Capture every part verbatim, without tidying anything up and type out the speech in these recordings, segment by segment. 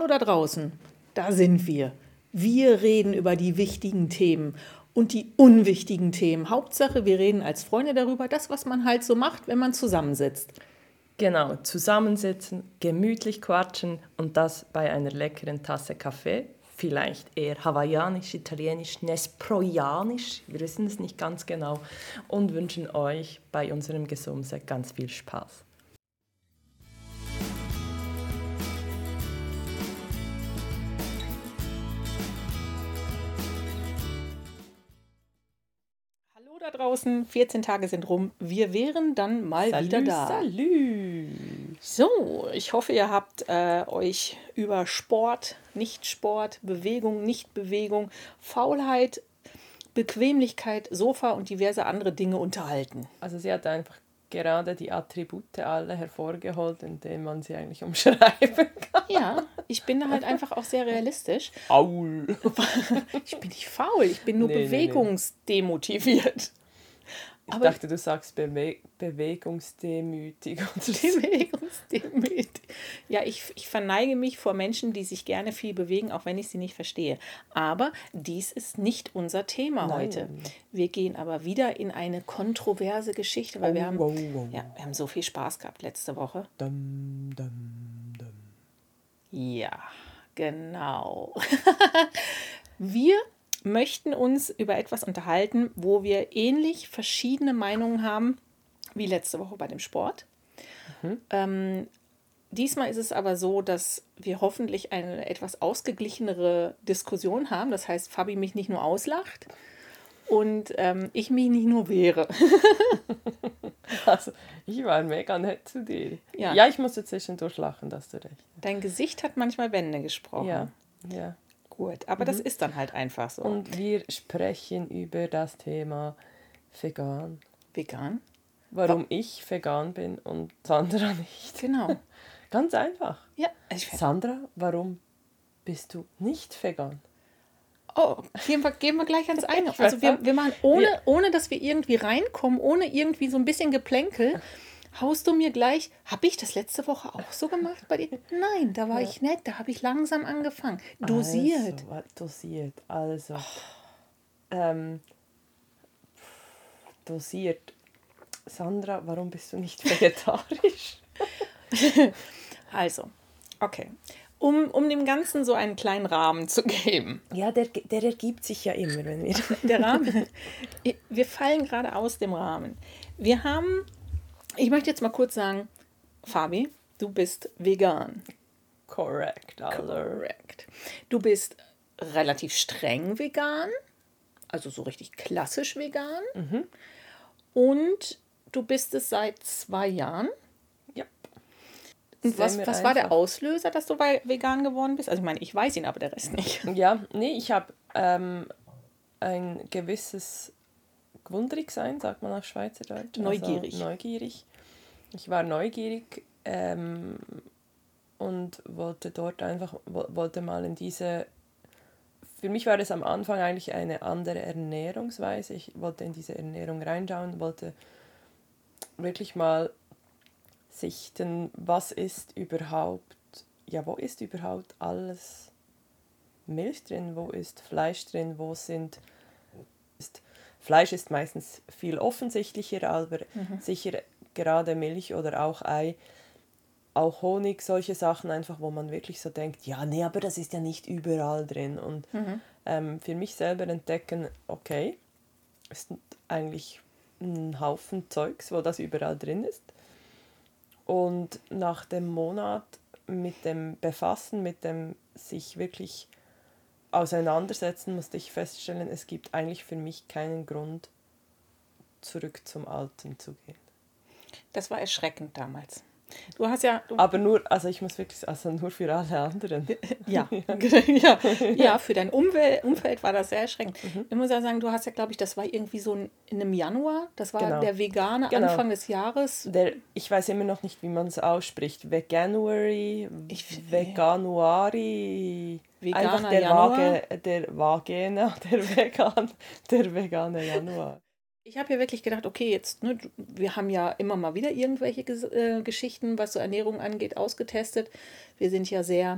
Hallo da draußen, da sind wir. Wir reden über die wichtigen Themen und die unwichtigen Themen. Hauptsache, wir reden als Freunde darüber, das, was man halt so macht, wenn man zusammensitzt. Genau, zusammensitzen, gemütlich quatschen und das bei einer leckeren Tasse Kaffee. Vielleicht eher hawaiianisch, italienisch, nesproianisch, wir wissen es nicht ganz genau. Und wünschen euch bei unserem Gesumse ganz viel Spaß. Hallo da draußen, vierzehn Tage sind rum. Wir wären dann mal Salü, wieder da. salü. So, ich hoffe, ihr habt äh, euch über Sport, Nicht-Sport, Bewegung, Nicht-Bewegung, Faulheit, Bequemlichkeit, Sofa und diverse andere Dinge unterhalten. Also sie hat einfach gerade die Attribute alle hervorgeholt, indem man sie eigentlich umschreiben kann. Ja, ich bin da halt einfach auch sehr realistisch. Faul. Ich bin nicht faul, ich bin nur Nee, nee, nee. bewegungsdemotiviert. Ich Aber- dachte, du sagst Bewe Bewegungsdemütig. Bewegungsdemütig. Ja, ich, ich verneige mich vor Menschen, die sich gerne viel bewegen, auch wenn ich sie nicht verstehe. Aber dies ist nicht unser Thema Nein. heute. Wir gehen aber wieder in eine kontroverse Geschichte, weil wir, haben, Oh, oh, oh. ja, wir haben so viel Spaß gehabt letzte Woche. Dum, dum, dum. Ja, genau. Wir möchten uns über etwas unterhalten, wo wir ähnlich verschiedene Meinungen haben wie letzte Woche bei dem Sport. Ähm, diesmal ist es aber so, dass wir hoffentlich eine etwas ausgeglichenere Diskussion haben. Das heißt, Fabi mich nicht nur auslacht und ähm, ich mich nicht nur wehre. Also, ich war mega nett zu dir. Ja. Ja, ich musste zwischendurch lachen, dass du recht. Dein Gesicht hat manchmal Wände gesprochen. Ja, ja. Gut, aber das ist dann halt einfach so. Und wir sprechen über das Thema vegan. Vegan? Warum ich vegan bin und Sandra nicht. Genau. Ganz einfach. Ja, ich find, Sandra, warum bist du nicht vegan? oh, gehen wir, gehen wir gleich ans eine. Ich Also weiß wir, auch. wir machen, ohne, Ja. ohne dass wir irgendwie reinkommen, ohne irgendwie so ein bisschen Geplänkel, haust du mir gleich, habe ich das letzte Woche auch so gemacht bei dir? Nein, da war ich nett, da habe ich langsam angefangen. Dosiert. Also, wa- dosiert. Also. Ähm, dosiert. Sandra, warum bist du nicht vegetarisch? Also, okay. Um, um dem Ganzen so einen kleinen Rahmen zu geben. Ja, der, der ergibt sich ja immer, wenn wir... Der Rahmen, wir fallen gerade aus dem Rahmen. Wir haben, ich möchte jetzt mal kurz sagen, Fabi, du bist vegan. Correct, also. Correct. Du bist relativ streng vegan, also so richtig klassisch vegan. Und du bist es seit zwei Jahren. Ja. Und was, Sehen wir was war der einfach. Auslöser, dass du ve- vegan geworden bist? Also ich meine, ich weiß ihn, aber der Rest nicht. Ja, nee, ich habe ähm, ein gewisses Gewundrigsein, sagt man auf Schweizerdeutsch. Neugierig. Also neugierig. Ich war neugierig ähm, und wollte dort einfach, wo- wollte mal in diese... Für mich war das am Anfang eigentlich eine andere Ernährungsweise. Ich wollte in diese Ernährung reinschauen, wollte wirklich mal sichten, was ist überhaupt, ja, wo ist überhaupt alles Milch drin, wo ist Fleisch drin, wo sind, ist, Fleisch ist meistens viel offensichtlicher, aber sicher gerade Milch oder auch Ei, auch Honig, solche Sachen einfach, wo man wirklich so denkt, ja, nee, aber das ist ja nicht überall drin. Und ähm, für mich selber entdecken, okay, ist eigentlich ein Haufen Zeugs, wo das überall drin ist. Und nach dem Monat mit dem Befassen, mit dem sich wirklich auseinandersetzen, musste ich feststellen, es gibt eigentlich für mich keinen Grund, zurück zum Alten zu gehen. Das war erschreckend damals. Du hast ja... Du, Aber nur, also ich muss wirklich, also nur für alle anderen. ja. ja, ja, für dein Umwelt, Umfeld war das sehr erschreckend. Ich muss ja sagen, du hast ja, glaube ich, das war irgendwie so in einem Januar, das war Genau. der vegane Genau. Anfang des Jahres. Der, ich weiß immer noch nicht, wie man es ausspricht. Veganuary, Ich- Veganuari. Veganer Einfach der Januar. Vage, der Vagena, der Vegan, der vegane Januar. Ich habe ja wirklich gedacht, okay, jetzt, ne, wir haben ja immer mal wieder irgendwelche Ges- äh, Geschichten, was so Ernährung angeht, ausgetestet. Wir sind ja sehr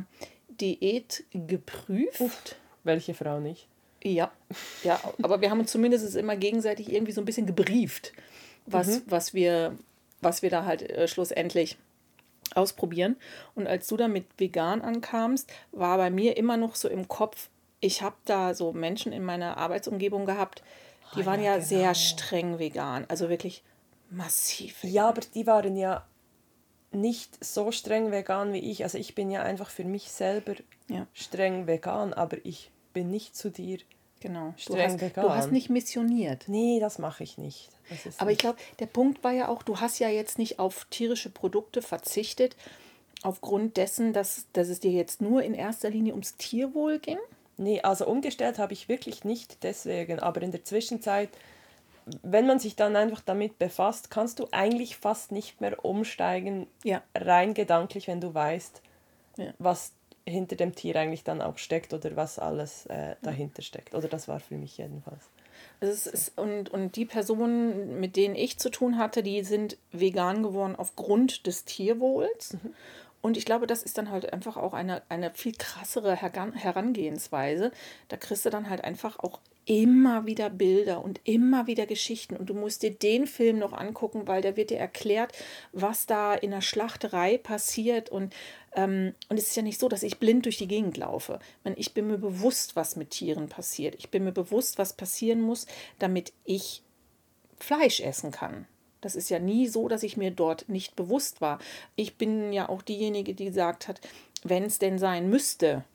Diät geprüft. Uff, welche Frau nicht? Ja, ja, aber wir haben uns zumindest immer gegenseitig irgendwie so ein bisschen gebrieft, was, mhm. was, wir, was wir da halt äh, schlussendlich ausprobieren. Und als du dann mit vegan ankamst, war bei mir immer noch so im Kopf, ich habe da so Menschen in meiner Arbeitsumgebung gehabt, die ah, waren ja, ja genau. sehr streng vegan, also wirklich massiv vegan. Ja, aber die waren ja nicht so streng vegan wie ich. Also ich bin ja einfach für mich selber ja. streng vegan, aber ich bin nicht zu dir genau. streng du hast, vegan. Du hast nicht missioniert. Nee, das mache ich nicht. Das aber nicht. ich glaube, der Punkt war ja auch, du hast ja jetzt nicht auf tierische Produkte verzichtet, aufgrund dessen, dass, dass es dir jetzt nur in erster Linie ums Tierwohl ging? Nee, also umgestellt habe ich wirklich nicht deswegen, aber in der Zwischenzeit, wenn man sich dann einfach damit befasst, kannst du eigentlich fast nicht mehr umsteigen, ja. rein gedanklich, wenn du weißt, ja. was hinter dem Tier eigentlich dann auch steckt oder was alles äh, dahinter steckt. Oder das war für mich jedenfalls. Es ist, und, und die Personen, mit denen ich zu tun hatte, die sind vegan geworden aufgrund des Tierwohls. Mhm. Und ich glaube, das ist dann halt einfach auch eine, eine viel krassere Herangehensweise. Da kriegst du dann halt einfach auch immer wieder Bilder und immer wieder Geschichten. Und du musst dir den Film noch angucken, weil da wird dir erklärt, was da in der Schlachterei passiert. Und, ähm, und es ist ja nicht so, dass ich blind durch die Gegend laufe. Ich bin mir bewusst, was mit Tieren passiert. Ich bin mir bewusst, was passieren muss, damit ich Fleisch essen kann. Das ist ja nie so, dass ich mir dort nicht bewusst war. Ich bin ja auch diejenige, die gesagt hat, wenn es denn sein müsste,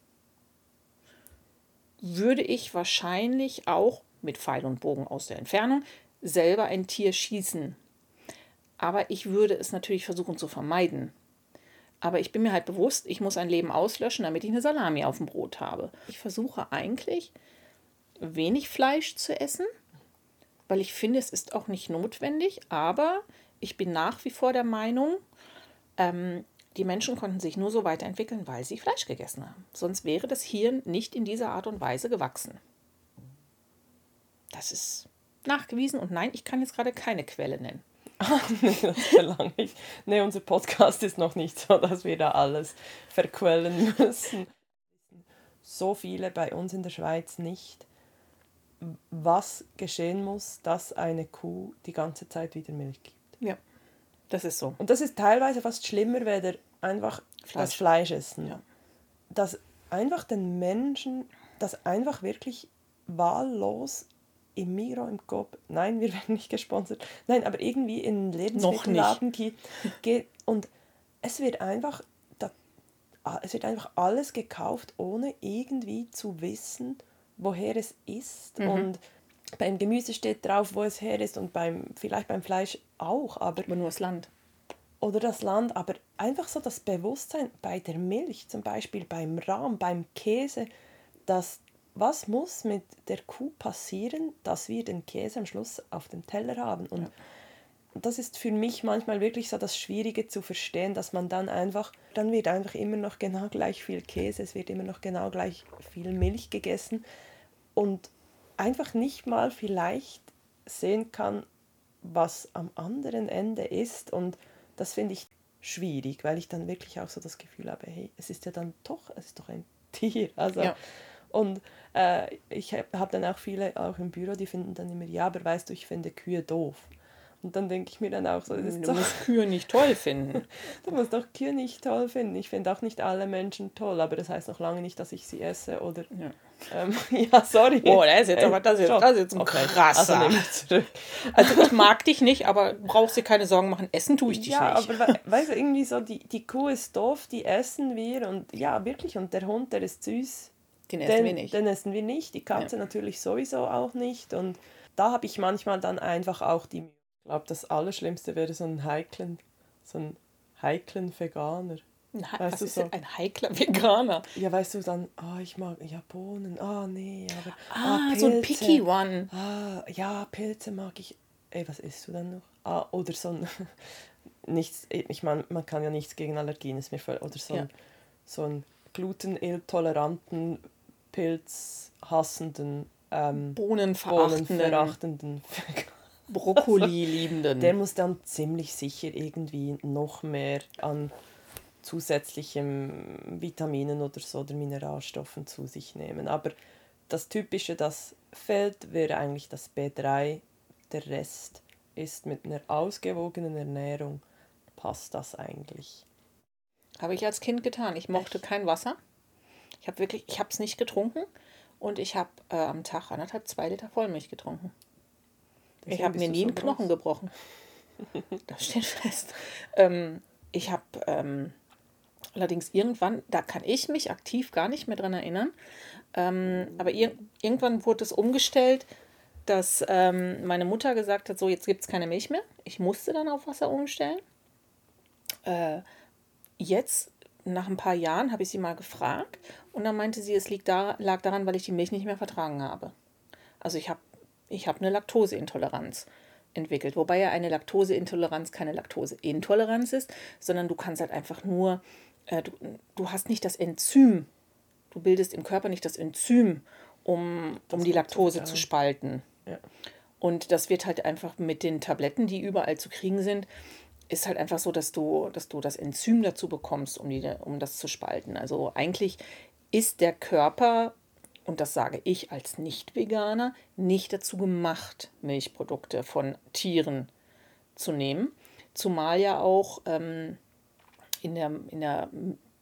würde ich wahrscheinlich auch mit Pfeil und Bogen aus der Entfernung selber ein Tier schießen. Aber ich würde es natürlich versuchen zu vermeiden. Aber ich bin mir halt bewusst, ich muss ein Leben auslöschen, damit ich eine Salami auf dem Brot habe. Ich versuche eigentlich wenig Fleisch zu essen, weil ich finde, es ist auch nicht notwendig, aber ich bin nach wie vor der Meinung, ähm, die Menschen konnten sich nur so weiterentwickeln, weil sie Fleisch gegessen haben. Sonst wäre das Hirn nicht in dieser Art und Weise gewachsen. Das ist nachgewiesen und nein, ich kann jetzt gerade keine Quelle nennen. nee, das verlange ich. Nee, unser Podcast ist noch nicht so, dass wir da alles verquellen müssen. So viele bei uns in der Schweiz nicht, was geschehen muss, dass eine Kuh die ganze Zeit wieder Milch gibt. Ja, das ist so. Und das ist teilweise fast schlimmer, weder einfach Fleisch. das Fleisch essen. Ja. Dass einfach den Menschen, das einfach wirklich wahllos im Migros, im Coop, nein, wir werden nicht gesponsert, nein, aber irgendwie in den Lebensmittelladen geht und es wird einfach, da, es wird einfach alles gekauft, ohne irgendwie zu wissen, woher es ist. Mhm. Und beim Gemüse steht drauf, wo es her ist und beim, vielleicht beim Fleisch auch. Aber, aber nur das Land. Oder das Land, aber einfach so das Bewusstsein bei der Milch, zum Beispiel beim Rahm, beim Käse, dass was muss mit der Kuh passieren, dass wir den Käse am Schluss auf dem Teller haben. Und ja. das ist für mich manchmal wirklich so das Schwierige zu verstehen, dass man dann einfach, dann wird einfach immer noch genau gleich viel Käse, es wird immer noch genau gleich viel Milch gegessen und einfach nicht mal vielleicht sehen kann, was am anderen Ende ist. Und das finde ich schwierig, weil ich dann wirklich auch so das Gefühl habe, hey, es ist ja dann doch, es ist doch ein Tier. Also, ja. Und äh, ich habe hab dann auch viele, auch im Büro, die finden dann immer, ja, aber weißt du, ich finde Kühe doof. Und dann denke ich mir dann auch so, das ist du musst so, Kühe nicht toll finden. Du musst doch Kühe nicht toll finden. Ich finde auch nicht alle Menschen toll, aber das heißt noch lange nicht, dass ich sie esse oder... Ja, ähm, ja sorry. Oh, das ist jetzt, aber das ist, das ist jetzt ein okay. krasser. Also nehme ich zurück. Also ich mag dich nicht, aber brauchst dir keine Sorgen machen, essen tue ich dich ja, nicht. Ja, aber weißt du, irgendwie so, die, die Kuh ist doof, die essen wir und ja, wirklich, und der Hund, der ist süß. Den essen den, wir nicht. Den essen wir nicht, die Katze ja. natürlich sowieso auch nicht und da habe ich manchmal dann einfach auch die... Ich glaube, das Allerschlimmste wäre so ein heiklen, so ein heiklen Veganer. Ein, weißt was du, ist so? Ein heikler Veganer? Ja, weißt du, dann, ah, oh, ich mag, ja, Bohnen, ah, oh, nee, aber... Ah, ah so ein picky one. Ah, ja, Pilze mag ich. Ey, was isst du dann noch? Ah, oder so ein, nichts, ich meine, man kann ja nichts gegen Allergien, ist mir voll, oder so ein, ja. so ein glutentoleranten, pilzhassenden, ähm, Bohnenverachtenden, Bohnenverachtenden Brokkoli-Liebenden. Der muss dann ziemlich sicher irgendwie noch mehr an zusätzlichen Vitaminen oder so oder Mineralstoffen zu sich nehmen. Aber das Typische, das fehlt, wäre eigentlich das B drei. Der Rest ist mit einer ausgewogenen Ernährung, passt das eigentlich. Habe ich als Kind getan. Ich mochte Echt? kein Wasser. Ich habe wirklich, ich habe es nicht getrunken und ich habe äh, am Tag anderthalb, zwei Liter Vollmilch getrunken. Deswegen Ich habe bist mir du nie so einen Knochen groß. gebrochen. Das steht fest. Ähm, ich habe ähm, allerdings irgendwann, da kann ich mich aktiv gar nicht mehr dran erinnern, ähm, aber ir irgendwann wurde es umgestellt, dass ähm, meine Mutter gesagt hat, so jetzt gibt es keine Milch mehr. Ich musste dann auf Wasser umstellen. Äh, jetzt, nach ein paar Jahren, habe ich sie mal gefragt und dann meinte sie, es liegt da, lag daran, weil ich die Milch nicht mehr vertragen habe. Also ich habe ich hab eine Laktoseintoleranz entwickelt, wobei ja eine Laktoseintoleranz keine Laktoseintoleranz ist, sondern du kannst halt einfach nur, äh, du, du hast nicht das Enzym, du bildest im Körper nicht das Enzym, um, um Das die gut zu Laktose zu verdauen. spalten. Ja. Und das wird halt einfach mit den Tabletten, die überall zu kriegen sind, ist halt einfach so, dass du, dass du das Enzym dazu bekommst, um, die, um das zu spalten. Also eigentlich ist der Körper, und das sage ich als Nicht-Veganer, nicht dazu gemacht, Milchprodukte von Tieren zu nehmen. Zumal ja auch ähm, in der, in der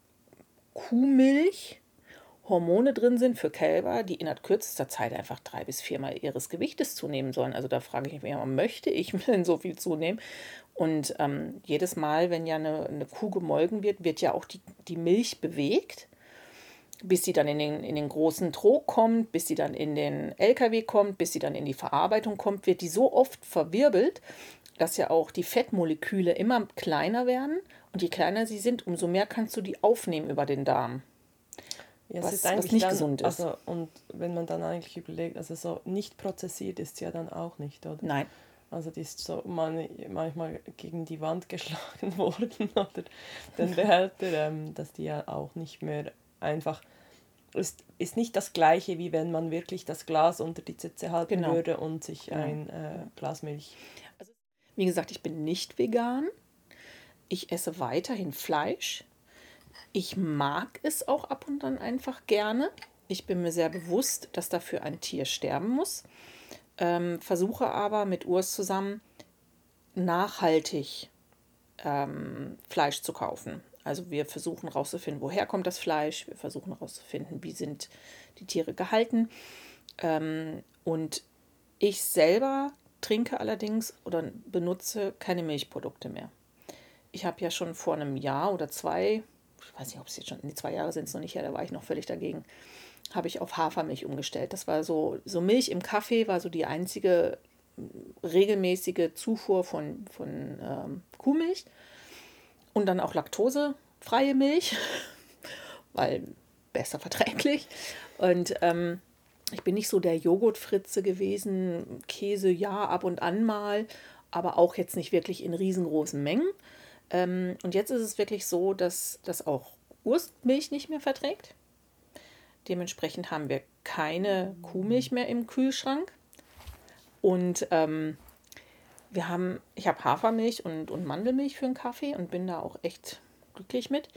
Kuhmilch Hormone drin sind für Kälber, die innerhalb kürzester Zeit einfach drei bis viermal ihres Gewichtes zunehmen sollen. Also da frage ich mich immer, möchte ich denn so viel zunehmen? Und ähm, jedes Mal, wenn ja eine, eine Kuh gemolken wird, wird ja auch die, die Milch bewegt, bis sie dann in den, in den großen Trog kommt, bis sie dann in den L K W kommt, bis sie dann in die Verarbeitung kommt, wird die so oft verwirbelt, dass ja auch die Fettmoleküle immer kleiner werden. Und je kleiner sie sind, umso mehr kannst du die aufnehmen über den Darm. Ja, es Was, ist was eigentlich nicht dann, gesund ist. also und wenn man dann eigentlich überlegt, also so nicht prozessiert ist sie ja dann auch nicht, oder? Nein. Also die ist so man, manchmal gegen die Wand geschlagen worden oder den Behälter, ähm, dass die ja auch nicht mehr einfach, ist, ist nicht das Gleiche, wie wenn man wirklich das Glas unter die Zitze halten Genau. würde und sich Genau. ein äh, Glas Milch. Wie gesagt, ich bin nicht vegan. Ich esse weiterhin Fleisch. Ich mag es auch ab und an einfach gerne. Ich bin mir sehr bewusst, dass dafür ein Tier sterben muss. Ähm, versuche aber mit Urs zusammen nachhaltig ähm, Fleisch zu kaufen. Also wir versuchen herauszufinden, woher kommt das Fleisch. Wir versuchen herauszufinden, wie sind die Tiere gehalten. Ähm, und ich selber trinke allerdings oder benutze keine Milchprodukte mehr. Ich habe ja schon vor einem Jahr oder zwei, ich weiß nicht, ob es jetzt schon, die zwei Jahre sind es noch nicht her, da war ich noch völlig dagegen, habe ich auf Hafermilch umgestellt. Das war so, so Milch im Kaffee war so die einzige regelmäßige Zufuhr von, von ähm, Kuhmilch und dann auch laktosefreie Milch, weil besser verträglich. Und ähm, ich bin nicht so der Joghurtfritze gewesen, Käse ja ab und an mal, aber auch jetzt nicht wirklich in riesengroßen Mengen. Ähm, und jetzt ist es wirklich so, dass das auch Urs Milch nicht mehr verträgt. Dementsprechend haben wir keine Kuhmilch mehr im Kühlschrank. Und ähm, wir haben, ich habe Hafermilch und, und Mandelmilch für einen Kaffee und bin da auch echt glücklich mit.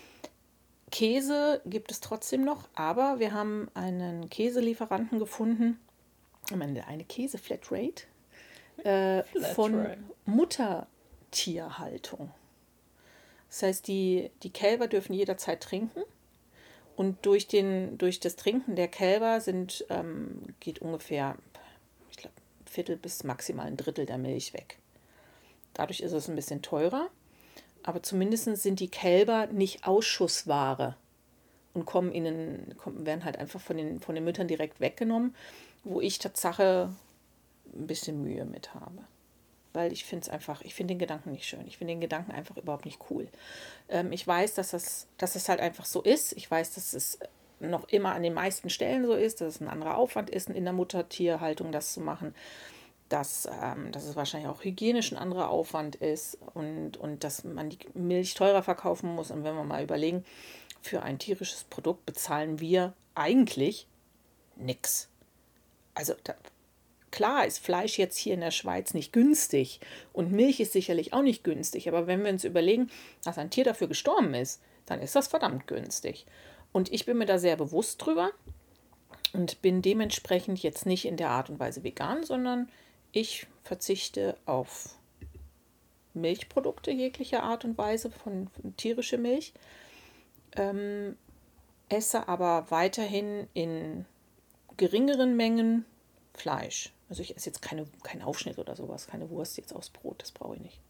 Käse gibt es trotzdem noch, aber wir haben einen Käselieferanten gefunden, ich meine, eine Käse-Flatrate äh, von Flatrate. Muttertierhaltung. Das heißt, die, die Kälber dürfen jederzeit trinken und durch, den, durch das Trinken der Kälber sind, ähm, geht ungefähr, ich glaube, ein Viertel bis maximal ein Drittel der Milch weg. Dadurch ist es ein bisschen teurer, aber zumindest sind die Kälber nicht Ausschussware und kommen ihnen, kommen, werden halt einfach von den, von den Müttern direkt weggenommen, wo ich Tatsache ein bisschen Mühe mit habe. Weil ich finde es einfach, ich finde den Gedanken nicht schön. Ich finde den Gedanken einfach überhaupt nicht cool. Ähm, ich weiß, dass das, dass das halt einfach so ist. Ich weiß, dass es noch immer an den meisten Stellen so ist, dass es ein anderer Aufwand ist, in der Muttertierhaltung das zu machen. Dass, ähm, dass es wahrscheinlich auch hygienisch ein anderer Aufwand ist und, und dass man die Milch teurer verkaufen muss. Und wenn wir mal überlegen, für ein tierisches Produkt bezahlen wir eigentlich nichts. Also da, klar ist Fleisch jetzt hier in der Schweiz nicht günstig und Milch ist sicherlich auch nicht günstig, aber wenn wir uns überlegen, dass ein Tier dafür gestorben ist, dann ist das verdammt günstig. Und ich bin mir da sehr bewusst drüber und bin dementsprechend jetzt nicht in der Art und Weise vegan, sondern ich verzichte auf Milchprodukte jeglicher Art und Weise, von, von tierische Milch, ähm, esse aber weiterhin in geringeren Mengen Fleisch. Also ich esse jetzt keine, keinen Aufschnitt oder sowas, keine Wurst jetzt aus Brot, das brauche ich nicht.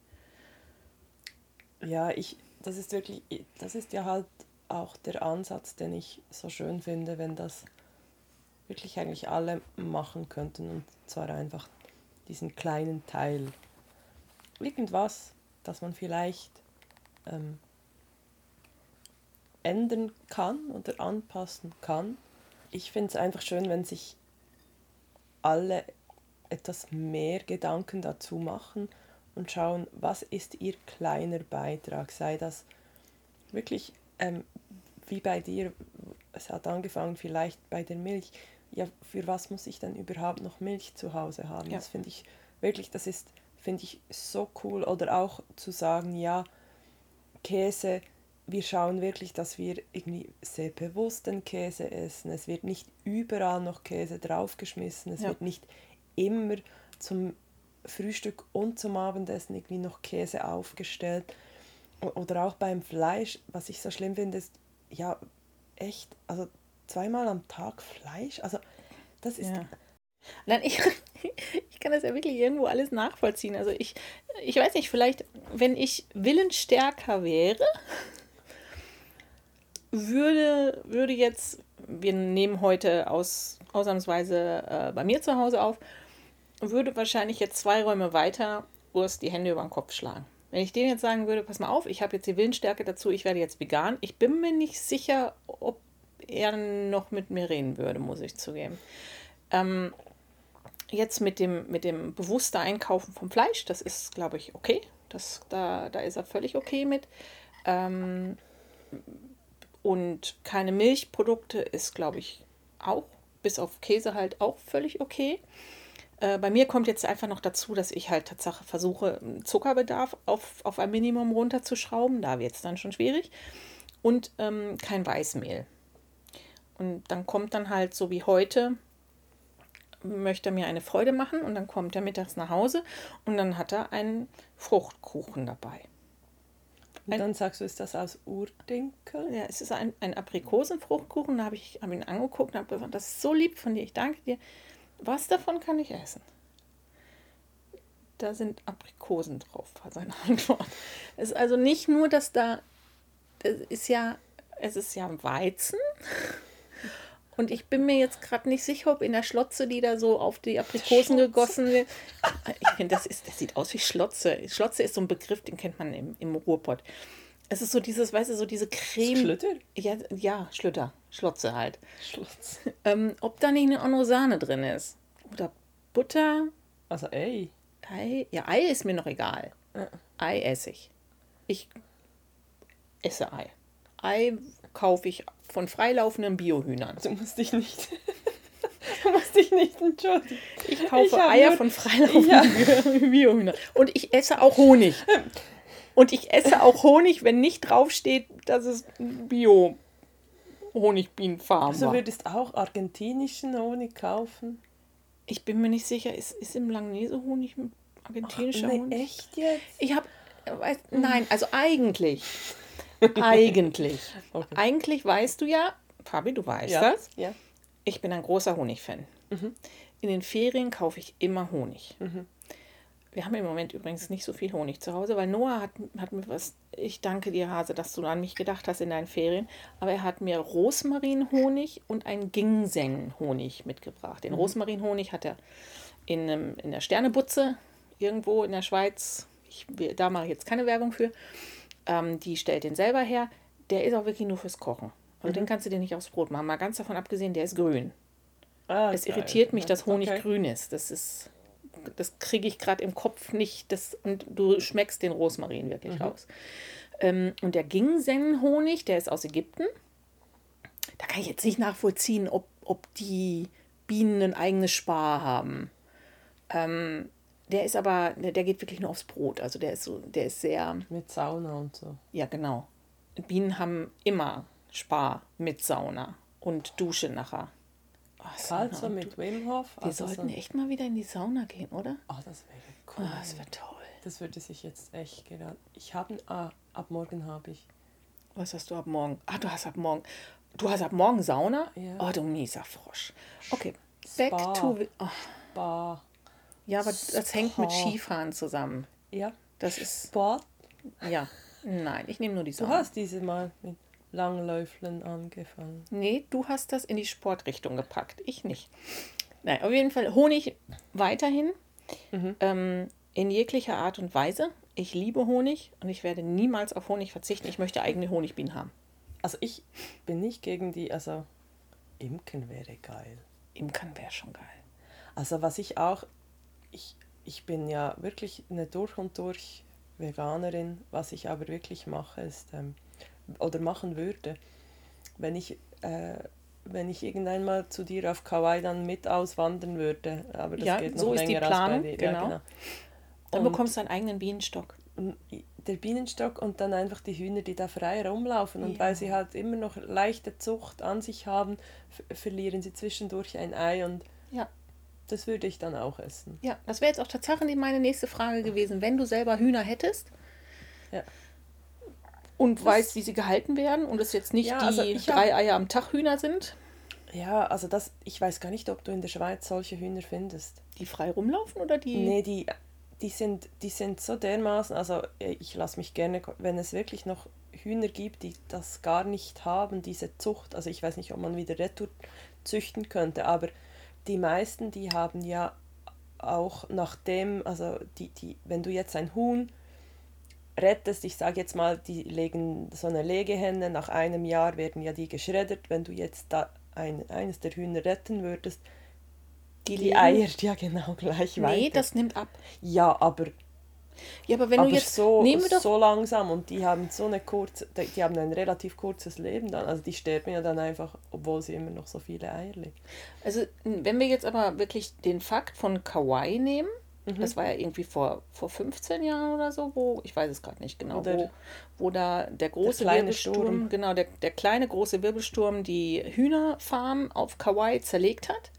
Ja, ich, das ist wirklich, das ist ja halt auch der Ansatz, den ich so schön finde, wenn das wirklich eigentlich alle machen könnten und zwar einfach diesen kleinen Teil. Irgendwas, das man vielleicht ähm, ändern kann oder anpassen kann. Ich finde es einfach schön, wenn sich alle etwas mehr Gedanken dazu machen und schauen, was ist ihr kleiner Beitrag. Sei das wirklich ähm, wie bei dir, es hat angefangen vielleicht bei der Milch. Ja, für was muss ich denn überhaupt noch Milch zu Hause haben? Ja. Das finde ich wirklich, das ist, finde ich so cool. Oder auch zu sagen, ja, Käse, wir schauen wirklich, dass wir irgendwie sehr bewusst den Käse essen. Es wird nicht überall noch Käse draufgeschmissen. Es ja. wird nicht immer zum Frühstück und zum Abendessen irgendwie noch Käse aufgestellt. Oder auch beim Fleisch, was ich so schlimm finde, ist, ja, echt, also zweimal am Tag Fleisch, also das ist... Ja. Nein, ich, ich kann das ja wirklich irgendwo alles nachvollziehen. Also ich, ich weiß nicht, vielleicht, wenn ich willensstärker wäre, würde, würde jetzt, wir nehmen heute aus, ausnahmsweise äh, bei mir zu Hause auf, würde wahrscheinlich jetzt zwei Räume weiter Urs die Hände über den Kopf schlagen. Wenn ich denen jetzt sagen würde, pass mal auf, ich habe jetzt die Willensstärke dazu, ich werde jetzt vegan, ich bin mir nicht sicher, ob er noch mit mir reden würde, muss ich zugeben. Ähm, jetzt mit dem, mit dem bewussten Einkaufen vom Fleisch, das ist, glaube ich, okay. Das, da, da ist er völlig okay mit. Ähm, und keine Milchprodukte ist, glaube ich, auch, bis auf Käse halt auch völlig okay. Äh, bei mir kommt jetzt einfach noch dazu, dass ich halt Tatsache versuche, Zuckerbedarf auf, auf ein Minimum runterzuschrauben. Da wird es dann schon schwierig. Und ähm, kein Weißmehl. Und dann kommt dann halt so wie heute, möchte er mir eine Freude machen und dann kommt er mittags nach Hause und dann hat er einen Fruchtkuchen dabei. Und ein, dann sagst du, ist das aus Urdinkel? Ja, es ist ein, ein Aprikosenfruchtkuchen. Da habe ich hab ihn angeguckt und habe gesagt, das ist so lieb von dir, ich danke dir. Was davon kann ich essen? Da sind Aprikosen drauf, war seine Antwort. Es ist also nicht nur, dass da, es ist ja, es ist ja Weizen. Und ich bin mir jetzt gerade nicht sicher, ob in der Schlotze, die da so auf die Aprikosen gegossen wird. Ich finde, das, ist, das sieht aus wie Schlotze. Schlotze ist so ein Begriff, den kennt man im, im Ruhrpott. Es ist so dieses, weißt du, so diese Creme. Schlütter? Ja, ja, Schlütter. Schlotze halt. Schlotze. Ähm, ob da nicht eine andere Sahne drin ist. Oder Butter. Also Ei. Ei. Ja, Ei ist mir noch egal. Ja. Ei esse ich. Ich esse Ei. Ei kaufe ich von freilaufenden Biohühnern. Du musst dich nicht... Du musst dich nicht entschuldigen. Ich kaufe ich Eier nur, von freilaufenden ja. Biohühnern. Und ich esse auch Honig. Und ich esse auch Honig, wenn nicht draufsteht, dass es Bio-Honigbienenfarm war. Also würdest du auch argentinischen Honig kaufen? Ich bin mir nicht sicher, ist, ist im Langnese Honig mit argentinischer Ach, nee, Honig? Echt jetzt? Ich habe, nein, also eigentlich, eigentlich, okay. Eigentlich weißt du ja, Fabi, du weißt ja, das, ja. Ich bin ein großer Honigfan. Mhm. In den Ferien kaufe ich immer Honig. Mhm. Wir haben im Moment übrigens nicht so viel Honig zu Hause, weil Noah hat, hat mir was, ich danke dir, Hase, dass du an mich gedacht hast in deinen Ferien, aber er hat mir Rosmarinhonig und einen Ginseng-Honig mitgebracht. Den mhm. Rosmarinhonig hat er in, in der Sternebutze irgendwo in der Schweiz, ich, da mache ich jetzt keine Werbung für, ähm, die stellt den selber her. Der ist auch wirklich nur fürs Kochen. Also mhm. den kannst du dir nicht aufs Brot machen. Mal ganz davon abgesehen, der ist grün. Ah, es irritiert mich, dass Honig okay. grün ist. Das ist... Das kriege ich gerade im Kopf nicht. Das, und du schmeckst den Rosmarin wirklich mhm. raus. Ähm, und der Ginseng-Honig, der ist aus Ägypten. Da kann ich jetzt nicht nachvollziehen, ob, ob die Bienen ein eigenes Spar haben. Ähm, der ist aber, der, der geht wirklich nur aufs Brot. Also der ist so, der ist sehr, Mit Sauna und so. ja genau. Bienen haben immer Spa mit Sauna und Dusche nachher. Oh, Sauna Kalt so und mit Du- Wim Hof. Wir Also sollten so. echt mal wieder in die Sauna gehen, oder? Oh, das wäre Oh, cool. das wäre toll. Das würde sich jetzt echt gerade. Ich habe. Ah, ab morgen habe ich. Was hast du ab morgen? Ah, du hast ab morgen. Du hast ab morgen Sauna? Ja. Oh, du mieser Frosch. Okay, back Spa. to... Oh, Spa. ja, aber das hängt mit Spa. Skifahren zusammen. Ja. Das ist... Sport. Ja, nein, ich nehme nur die Du Sauna. hast diese Mal mit Langläufeln angefangen. Nee, du hast das in die Sportrichtung gepackt. Ich nicht. Nein, auf jeden Fall Honig weiterhin. Mhm. Ähm, in jeglicher Art und Weise. Ich liebe Honig und ich werde niemals auf Honig verzichten. Ich möchte eigene Honigbienen haben. Also ich bin nicht gegen die, also Imken wäre geil. Imkern wäre schon geil. Also was ich auch, ich, ich bin ja wirklich eine durch und durch Veganerin. Was ich aber wirklich mache ist, ähm, oder machen würde, wenn ich, äh, wenn ich irgendwann mal zu dir auf Kauai dann mit auswandern würde, aber das Ja, geht noch so ist die länger Planung, als bei dir. genau. Ja, genau. Dann Und- bekommst du einen eigenen Bienenstock. Und der Bienenstock und dann einfach die Hühner, die da frei rumlaufen. Und Ja. weil sie halt immer noch leichte Zucht an sich haben, f- verlieren sie zwischendurch ein Ei und Ja. das würde ich dann auch essen. Ja, das wäre jetzt auch tatsächlich meine nächste Frage gewesen. Wenn du selber Hühner hättest Ja. und weißt, wie sie gehalten werden und es jetzt nicht Ja, die also ich hab- drei Eier am Tag Hühner sind, Ja, also das, ich weiß gar nicht, ob du in der Schweiz solche Hühner findest. die frei rumlaufen oder die... Nee, die, die, sind, die sind so dermaßen, also ich lasse mich gerne, wenn es wirklich noch Hühner gibt, die das gar nicht haben, diese Zucht, also ich weiß nicht, ob man wieder retour züchten könnte, aber die meisten, die haben ja auch nachdem, also die, die, wenn du jetzt ein Huhn rettest, ich sage jetzt mal, die legen so eine Legehenne, nach einem Jahr werden ja die geschreddert, wenn du jetzt da ein, eines der Hühner retten würdest, die, leben- Eier ja genau gleich Nee, weiter. das nimmt ab. Ja, aber, Ja, aber wenn aber du jetzt... so, nehmen wir doch... so langsam und die haben so eine kurze, die, die haben ein relativ kurzes Leben dann, also die sterben ja dann einfach, obwohl sie immer noch so viele Eier legen. Also, wenn wir jetzt aber wirklich den Fakt von Kauai nehmen, Mhm. das war ja irgendwie vor, vor fünfzehn Jahren oder so, wo, ich weiß es gerade nicht genau, Oder wo, wo da der große kleine Wirbelsturm, Sturm. genau, der, der kleine große Wirbelsturm die Hühnerfarm auf Kauai zerlegt hat.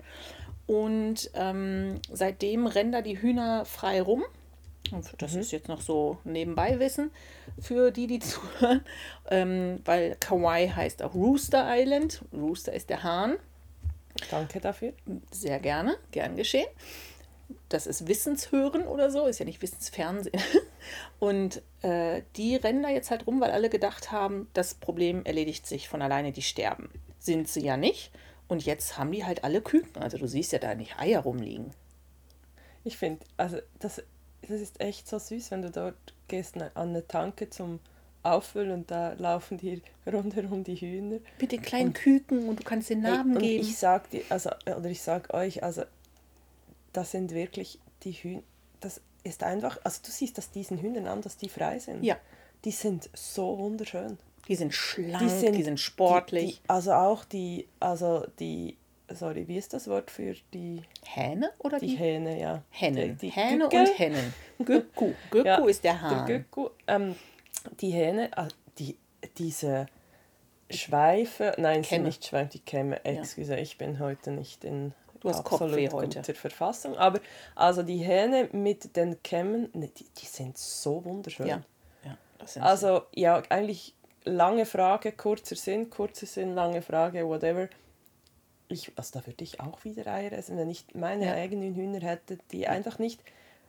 Und ähm, seitdem rennen da die Hühner frei rum. Und das Mhm. ist jetzt noch so nebenbei Wissen für die, die zuhören. Ähm, weil Kauai heißt auch Rooster Island. Rooster ist der Hahn. Danke dafür. Sehr gerne, gern geschehen. Das ist Wissenshören oder so, ist ja nicht Wissensfernsehen. Und äh, die rennen da jetzt halt rum, weil alle gedacht haben, das Problem erledigt sich von alleine, die sterben. Sind sie ja nicht. Und jetzt haben die halt alle Küken. Also du siehst ja da nicht Eier rumliegen. Ich finde, also das, das ist echt so süß, wenn du dort gehst an eine Tanke zum Auffüllen und da laufen die rundherum die Hühner. Mit den kleinen Küken und du kannst den Namen Hey, und geben. ich sag dir, also, oder ich sag euch, also das sind wirklich die Hühner, das ist einfach, also du siehst das diesen Hühnern an, dass die frei sind. Ja. Die sind so wunderschön. Die sind schlank, die sind, sportlich. Die, die, also auch die, also die, sorry, wie ist das Wort für die, Hähne oder die die? Hähne, ja. Hennen. Die, die Hähne Gückel. und Hennen. Gücku. Gücku Ja, ist der Hahn. Der Gücku, ähm, die Hähne, ah, die, diese Schweife, nein, es sind Kämme. nicht Schweife, die Kämme, excuse, ich bin heute nicht in Du hast absolut Kopfweh heute. guter Verfassung, aber also die Hähne mit den Kämmen, ne, die, die sind so wunderschön. Ja, ja, das sind Also ja, eigentlich lange Frage, kurzer Sinn, kurzer Sinn, lange Frage, whatever. Ich, also da würde ich auch wieder Eier essen, wenn ich meine Ja. eigenen Hühner hätte, die einfach nicht...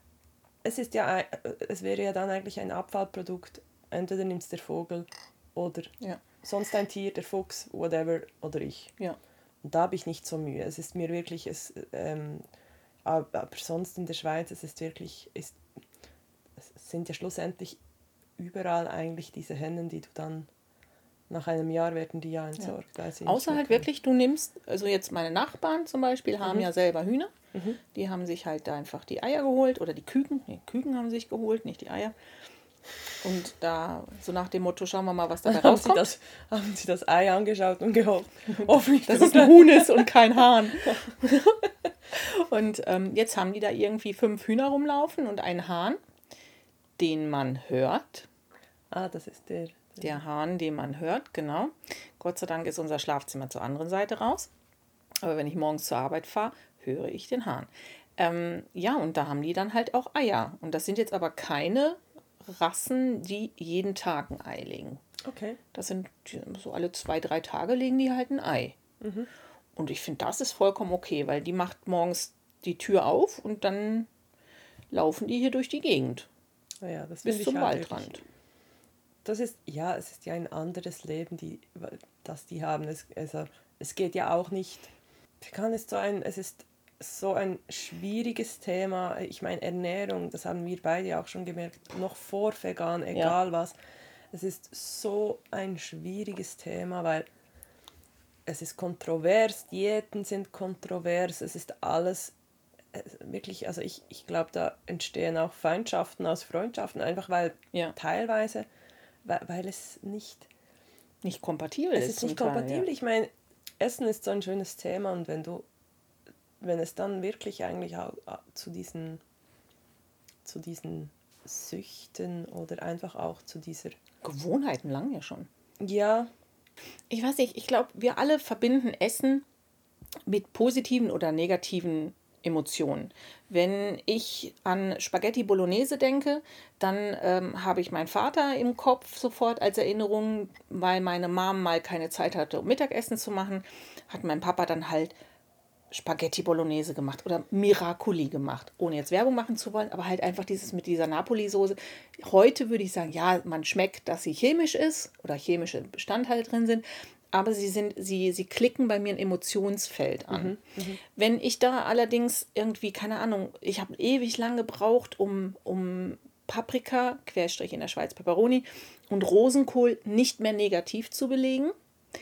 Es ist ja, ein- es wäre ja dann eigentlich ein Abfallprodukt. Entweder nimmt es der Vogel oder Ja. sonst ein Tier, der Fuchs, whatever, oder ich. Ja. Und da habe ich nicht so Mühe. Es ist mir wirklich, es, ähm, aber, aber sonst in der Schweiz, es ist wirklich, ist, es sind ja schlussendlich überall eigentlich diese Hennen, die du dann, nach einem Jahr werden die ja entsorgt. weil sie nicht Außer mehr halt können. wirklich, du nimmst, also jetzt meine Nachbarn zum Beispiel haben Mhm. ja selber Hühner. Mhm. Die haben sich halt da einfach die Eier geholt oder die Küken. Nee, Küken haben sich geholt, nicht die Eier. Und da, so nach dem Motto, schauen wir mal, was dabei Haben Sie, rauskommt. das, haben Sie das Ei angeschaut und gehofft, hoffentlich Dass es ein Huhn ist und kein Hahn. Und ähm, jetzt haben die da irgendwie fünf Hühner rumlaufen und einen Hahn, den man hört. Ah, das ist der. Der Hahn, den man hört, genau. Gott sei Dank ist unser Schlafzimmer zur anderen Seite raus. Aber wenn ich morgens zur Arbeit fahre, höre ich den Hahn. Ähm, ja, und da haben die dann halt auch Eier. Und das sind jetzt aber keine Rassen, die jeden Tag ein Ei legen. Okay. Das sind so alle zwei, drei Tage legen die halt ein Ei. Mhm. Und ich finde, das ist vollkommen okay, weil die macht morgens die Tür auf und dann laufen die hier durch die Gegend. Ja, das bis ich zum halt Waldrand. Wirklich, das ist, ja, es ist ja ein anderes Leben, die, das die haben. Es, also, es geht ja auch nicht, kann es so ein, es ist so ein schwieriges Thema. Ich meine, Ernährung, das haben wir beide auch schon gemerkt, noch vor vegan, egal ja. was. Es ist so ein schwieriges Thema, weil es ist kontrovers, Diäten sind kontrovers, es ist alles wirklich, also ich, ich glaube, da entstehen auch Feindschaften aus Freundschaften, einfach weil ja. teilweise, weil, weil es nicht... Nicht kompatibel es ist. Es ist nicht kompatibel. Teil, ja. Ich meine, Essen ist so ein schönes Thema und wenn du, wenn es dann wirklich eigentlich auch zu diesen, zu diesen Süchten oder einfach auch zu dieser... Gewohnheiten lang ja schon. Ja. Ich weiß nicht, ich glaube, wir alle verbinden Essen mit positiven oder negativen Emotionen. Wenn ich an Spaghetti Bolognese denke, dann ähm, habe ich meinen Vater im Kopf sofort als Erinnerung, weil meine Mom mal keine Zeit hatte, um Mittagessen zu machen, hat mein Papa dann halt Spaghetti Bolognese gemacht oder Miracoli gemacht, ohne jetzt Werbung machen zu wollen, aber halt einfach dieses mit dieser Napoli-Soße. Heute würde ich sagen, ja, man schmeckt, dass sie chemisch ist oder chemische Bestandteile drin sind, aber sie sind, sie, sie klicken bei mir ein Emotionsfeld an. Mhm, mh. Wenn ich da allerdings irgendwie, keine Ahnung, ich habe ewig lang gebraucht, um, um Paprika, Querstrich in der Schweiz Peperoni und Rosenkohl nicht mehr negativ zu belegen.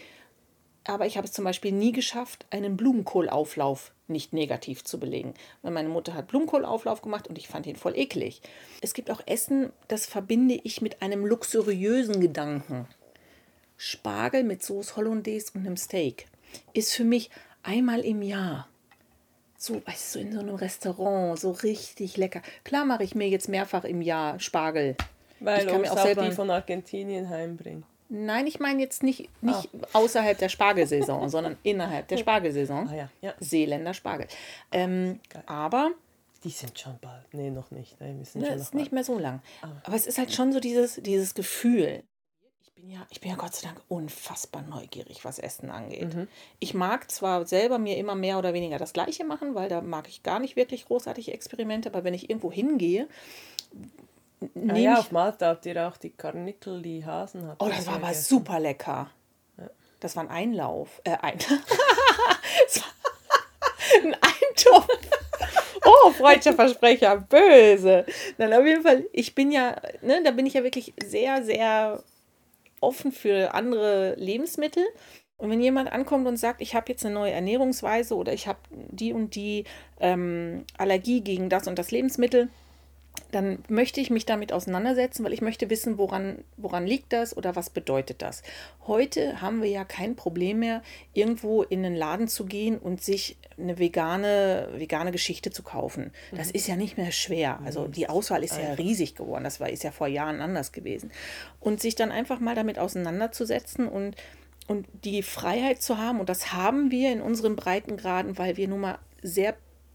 Aber ich habe es zum Beispiel nie geschafft, einen Blumenkohlauflauf nicht negativ zu belegen. Weil meine Mutter hat Blumenkohlauflauf gemacht und ich fand ihn voll eklig. Es gibt auch Essen, das verbinde ich mit einem luxuriösen Gedanken. Spargel mit Sauce Hollandaise und einem Steak ist für mich einmal im Jahr. So, weißt du, in so einem Restaurant, so richtig lecker. Klar mache ich mir jetzt mehrfach im Jahr Spargel. Weil du auch selber die von Argentinien heimbringen. Nein, ich meine jetzt nicht, nicht ah. außerhalb der Spargelsaison, sondern innerhalb der Spargelsaison. Ah, ja. Ja. Seeländer Spargel. Ähm, aber... Die sind schon bald. Nee, noch nicht. Nee, müssen ne, schon ist noch nicht mehr so lang. Aber, aber es ist halt schon so dieses, dieses Gefühl. Ich bin, ja, ich bin ja Gott sei Dank unfassbar neugierig, was Essen angeht. Mhm. Ich mag zwar selber mir immer mehr oder weniger das Gleiche machen, weil da mag ich gar nicht wirklich großartige Experimente, aber wenn ich irgendwo hingehe... Ah ja, auf Malta habt ihr auch die Karnickel, die Hasen hatten. Oh, das war aber super lecker. Ja. Das war ein Einlauf. Äh, ein, ein Eintopf. Oh, freudscher Versprecher, böse. Nein, auf jeden Fall, ich bin ja, ne, da bin ich ja wirklich sehr, sehr offen für andere Lebensmittel. Und wenn jemand ankommt und sagt, ich habe jetzt eine neue Ernährungsweise oder ich habe die und die ähm, Allergie gegen das und das Lebensmittel, dann möchte ich mich damit auseinandersetzen, weil ich möchte wissen, woran, woran liegt das oder was bedeutet das. Heute haben wir ja kein Problem mehr, irgendwo in einen Laden zu gehen und sich eine vegane, vegane Geschichte zu kaufen. Das mhm. ist ja nicht mehr schwer. Also die Auswahl ist ja riesig geworden. Das war, ist ja vor Jahren anders gewesen. Und sich dann einfach mal damit auseinanderzusetzen und, und die Freiheit zu haben, und das haben wir in unseren Breitengraden, weil wir nun mal sehr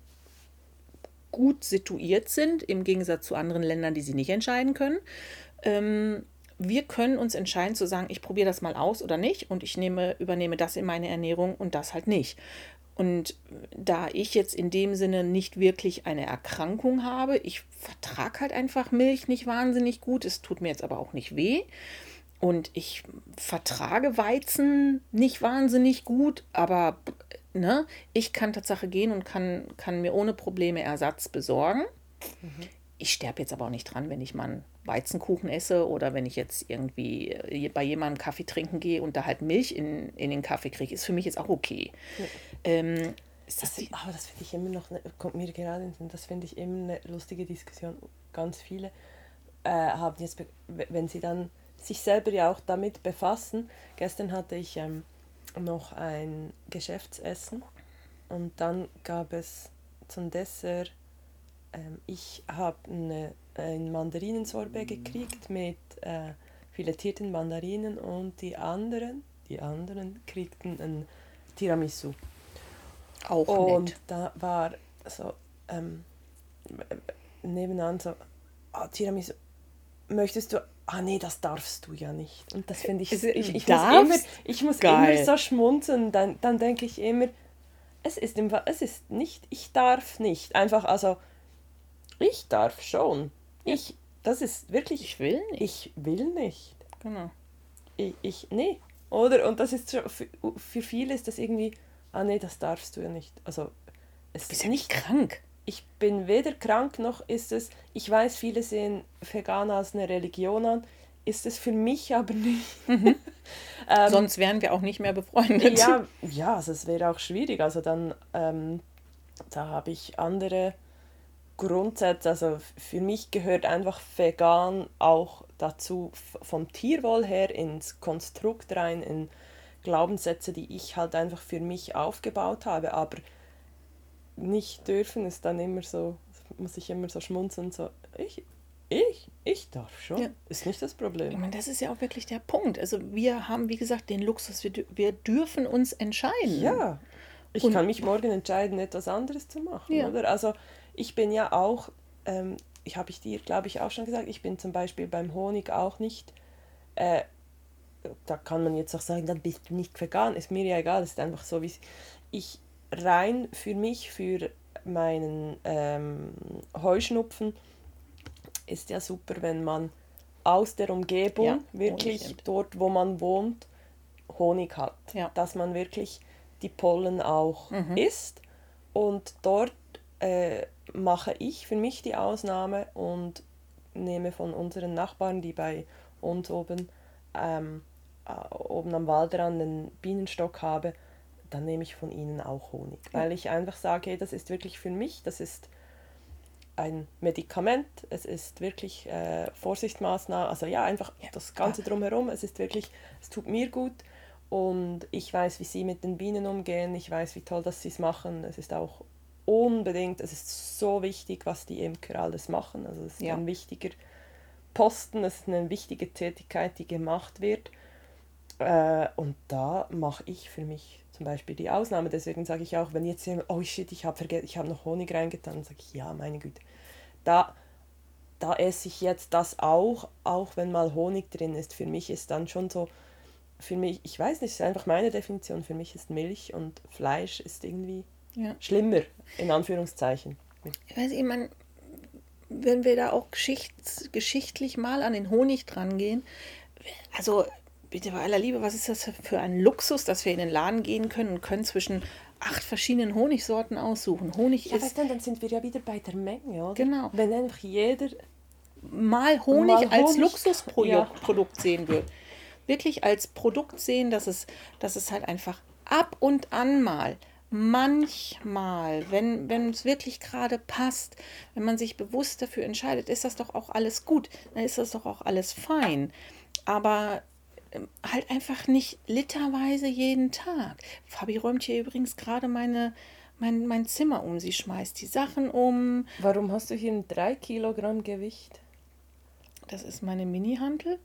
gut situiert sind, im Gegensatz zu anderen Ländern, die sie nicht entscheiden können. Ähm, wir können uns entscheiden zu sagen, ich probiere das mal aus oder nicht und ich nehme, übernehme das in meine Ernährung und das halt nicht. Und da ich jetzt in dem Sinne nicht wirklich eine Erkrankung habe, ich vertrage halt einfach Milch nicht wahnsinnig gut, es tut mir jetzt aber auch nicht weh. Und ich vertrage Weizen nicht wahnsinnig gut, aber ne, ich kann Tatsache gehen und kann, kann mir ohne Probleme Ersatz besorgen. Mhm. Ich sterbe jetzt aber auch nicht dran, wenn ich mal einen Weizenkuchen esse oder wenn ich jetzt irgendwie bei jemandem Kaffee trinken gehe und da halt Milch in, in den Kaffee kriege, ist für mich jetzt auch okay. Ja. Ähm, ist das das, aber das finde ich immer noch, ne, kommt mir gerade in den Sinn, das finde ich immer eine lustige Diskussion, ganz viele. äh, haben jetzt, be- wenn sie dann sich selber ja auch damit befassen. Gestern hatte ich ähm, noch ein Geschäftsessen und dann gab es zum Dessert, ähm, ich habe ein Mandarinensorbet gekriegt mit äh, filetierten Mandarinen und die anderen, die anderen kriegten ein Tiramisu. Auch Und nett. da war so ähm, nebenan so, ah, Tiramisu, möchtest du, ah nee, das darfst du ja nicht. Und das finde ich, Ist- ich, ich muss darfst? immer, ich muss Geil. immer so schmunzeln, dann, dann denke ich immer, es ist, im, Fa- es ist nicht, ich darf nicht, einfach, also, ich darf schon. Ich, das ist wirklich, Ich will nicht. ich will nicht. Genau. Ich, ich nee. Oder? Und das ist schon, für, für viele ist das irgendwie, ah nee, das darfst du ja nicht. Also, es Du bist ist ja nicht krank. ich bin weder krank noch ist es, ich weiß, viele sehen vegan als eine Religion an, ist es für mich aber nicht. ähm, Sonst wären wir auch nicht mehr befreundet. ja, ja, also es wäre auch schwierig. Also dann, ähm, da habe ich andere Grundsätze. Also für mich gehört einfach vegan auch dazu, f- vom Tierwohl her ins Konstrukt rein, in Glaubenssätze, die ich halt einfach für mich aufgebaut habe. Aber nicht dürfen ist dann immer so, muss ich immer so schmunzeln, so, ich, ich, ich darf schon, Ja. ist nicht das Ich Problem. meine, das ist ja auch wirklich der Punkt. Also wir haben, wie gesagt, den Luxus, wir, dü- wir dürfen uns entscheiden. Ja, ich Und- kann mich morgen entscheiden, etwas anderes zu machen, Ja. oder? Also ich bin ja auch, ähm, ich habe ich dir, glaube ich, auch schon gesagt, ich bin zum Beispiel beim Honig auch nicht, äh, da kann man jetzt auch sagen, dann bist du nicht vegan, ist mir ja egal, ist einfach so, wie es- ich rein für mich, für meinen ähm, Heuschnupfen, ist ja super, wenn man aus der Umgebung, Ja, wirklich Honig nimmt. dort, wo man wohnt, Honig hat. Ja. Dass man wirklich die Pollen auch Mhm. isst. Und dort äh, mache ich für mich die Ausnahme und nehme von unseren Nachbarn, die bei uns oben, ähm, äh, oben am Waldrand einen Bienenstock habe, dann nehme ich von ihnen auch Honig. Ja. Weil ich einfach sage, hey, das ist wirklich für mich, das ist ein Medikament, es ist wirklich äh, Vorsichtsmaßnahmen, also ja, einfach Ja. das Ganze drumherum, es ist wirklich, es tut mir gut und ich weiß, wie sie mit den Bienen umgehen, ich weiß, wie toll, dass sie es machen, es ist auch unbedingt, es ist so wichtig, was die Imker alles machen, also es ist Ja. ein wichtiger Posten, es ist eine wichtige Tätigkeit, die gemacht wird äh, und da mache ich für mich zum Beispiel die Ausnahme. Deswegen sage ich auch, wenn jetzt jemand, oh shit, ich habe vergessen, ich habe noch Honig reingetan, dann sage ich, ja, meine Güte. Da, da esse ich jetzt das auch, auch wenn mal Honig drin ist. Für mich ist dann schon so, für mich, ich weiß nicht, es ist einfach meine Definition. Für mich ist Milch und Fleisch ist irgendwie Ja. schlimmer, in Anführungszeichen. Ich weiß, ich meine, wenn wir da auch geschichts, geschichtlich mal an den Honig dran gehen, also bitte bei aller Liebe, was ist das für ein Luxus, dass wir in den Laden gehen können und können zwischen acht verschiedenen Honigsorten aussuchen. Honig Ja, ist weißt du, dann sind wir ja wieder bei der Menge, oder? Genau. Wenn einfach jeder mal Honig Mal als Honig, Luxusprodukt ja. Produkt sehen will. Wirklich als Produkt sehen, dass es, dass es halt einfach ab und an mal, manchmal, wenn, wenn es wirklich gerade passt, wenn man sich bewusst dafür entscheidet, ist das doch auch alles gut, dann ist das doch auch alles fein. Aber ähm, halt einfach nicht literweise jeden Tag. Fabi räumt hier übrigens gerade meine, mein, mein Zimmer um. Sie schmeißt die Sachen um. Warum hast du hier ein drei Kilogramm Gewicht? Das ist meine Mini-Hantel.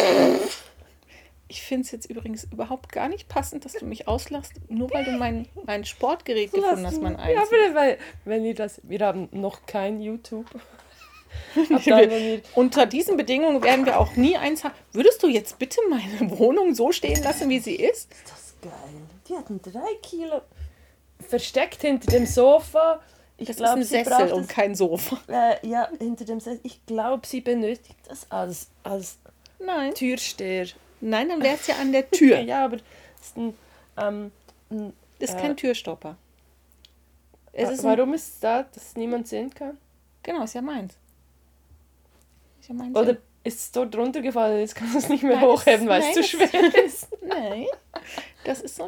Ich finde es jetzt übrigens überhaupt gar nicht passend, dass du mich auslachst, nur weil du mein, mein Sportgerät gefunden hast, mein Ja, eins. aber weil, wenn ihr das, wir haben noch kein YouTube. Ab dann, wenn wir, Unter diesen Bedingungen werden wir auch nie eins haben. Würdest du jetzt bitte meine Wohnung so stehen lassen, wie sie ist? ist das geil. Die hatten drei Kilo versteckt hinter dem Sofa. Ich Das glaub, ist ein sie Sessel braucht und kein Sofa. das, äh, ja, hinter dem Sessel. Ich glaube, sie benötigt das als, als Nein. Türsteher. Nein, dann wäre es ja an der Tür. Ja, aber das ist ein, ähm, ein Das ist äh, kein Türstopper. Es wa- ist ein, warum ist es da, dass es niemand sehen kann? genau, ist ja meins. Ist ja meins. Oder ist es dort runtergefallen, jetzt kannst du es nicht mehr Nein, hochheben, es- weil es nein, zu es- schwer ist? Nein, das ist so nicht.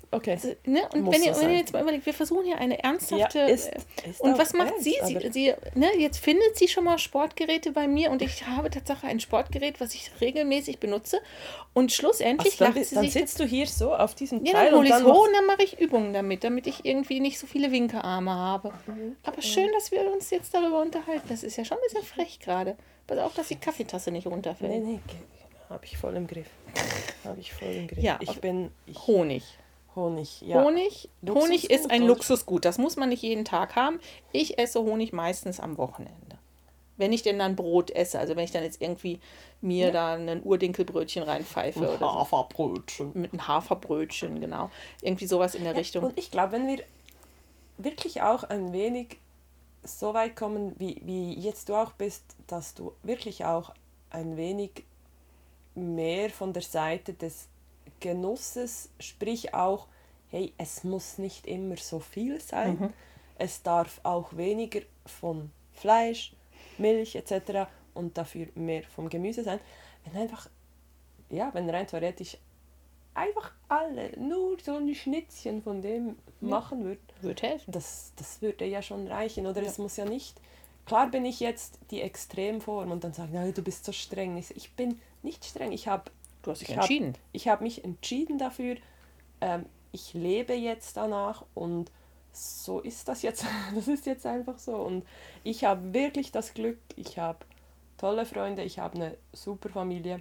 Okay. Also, ne? Und Muss wenn ihr, so wenn ihr sein. jetzt mal überlegt, wir versuchen hier eine ernsthafte... Ja, ist- äh, ist und auch was macht ernst, sie? aber- Sie, sie ne? Jetzt findet sie schon mal Sportgeräte bei mir und ich habe tatsächlich ein Sportgerät, was ich regelmäßig benutze. Und schlussendlich Also dann, lacht sie dann sich... sitzt du hier so auf diesem Ja, Teil dann hole und ich es dann hoch machst- und dann mache ich Übungen damit, damit ich irgendwie nicht so viele Winkearme habe. Aber schön, dass wir uns jetzt darüber unterhalten. Das ist ja schon ein bisschen frech gerade. Pass auf, dass die Kaffeetasse nicht runterfällt. Nee, nee, habe ich voll im Griff. Habe ich voll im Griff. Ja, ich auf- bin ich, Honig. Honig. Ja. Honig, Luxusgut, Honig ist ein oder? Luxusgut. Das muss man nicht jeden Tag haben. Ich esse Honig meistens am Wochenende. Wenn ich denn dann Brot esse, also wenn ich dann jetzt irgendwie mir da ein Urdinkelbrötchen reinpfeife oder so. Haferbrötchen. Mit einem Haferbrötchen, genau. Irgendwie sowas in der Richtung. Und ich glaube, wenn wir wirklich auch ein wenig so weit kommen, wie, wie jetzt du auch bist, dass du wirklich auch ein wenig mehr von der Seite des Genusses, sprich auch, hey, es muss nicht immer so viel sein, Mhm. es darf auch weniger von Fleisch, Milch et cetera und dafür mehr vom Gemüse sein. Wenn einfach, ja, wenn rein theoretisch einfach alle nur so ein Schnittchen von dem machen würden, Wird helfen. das, das würde ja schon reichen. Oder Ja. es muss ja nicht... Klar bin ich jetzt die Extremform und dann sagen, nein, du bist so streng. Ich, ich bin nicht streng. Ich habe Du hast dich ich hab- entschieden. ich hab mich entschieden dafür. Ähm, ich lebe jetzt danach und so ist das jetzt. Das ist jetzt einfach so. Und ich habe wirklich das Glück, ich habe tolle Freunde, ich habe eine super Familie,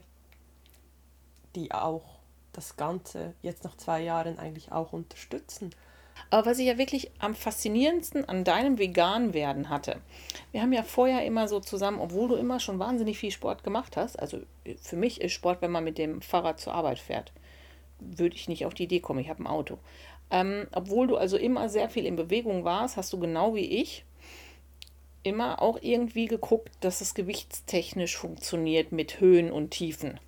die auch das Ganze jetzt nach zwei Jahren eigentlich auch unterstützen. Aber was ich ja wirklich am faszinierendsten an deinem Vegan-Werden hatte, wir haben ja vorher immer so zusammen, obwohl du immer schon wahnsinnig viel Sport gemacht hast, also für mich ist Sport, wenn man mit dem Fahrrad zur Arbeit fährt, würde ich nicht auf die Idee kommen, ich habe ein Auto. Ähm, obwohl du also immer sehr viel in Bewegung warst, hast du genau wie ich immer auch irgendwie geguckt, dass es gewichtstechnisch funktioniert mit Höhen und Tiefen.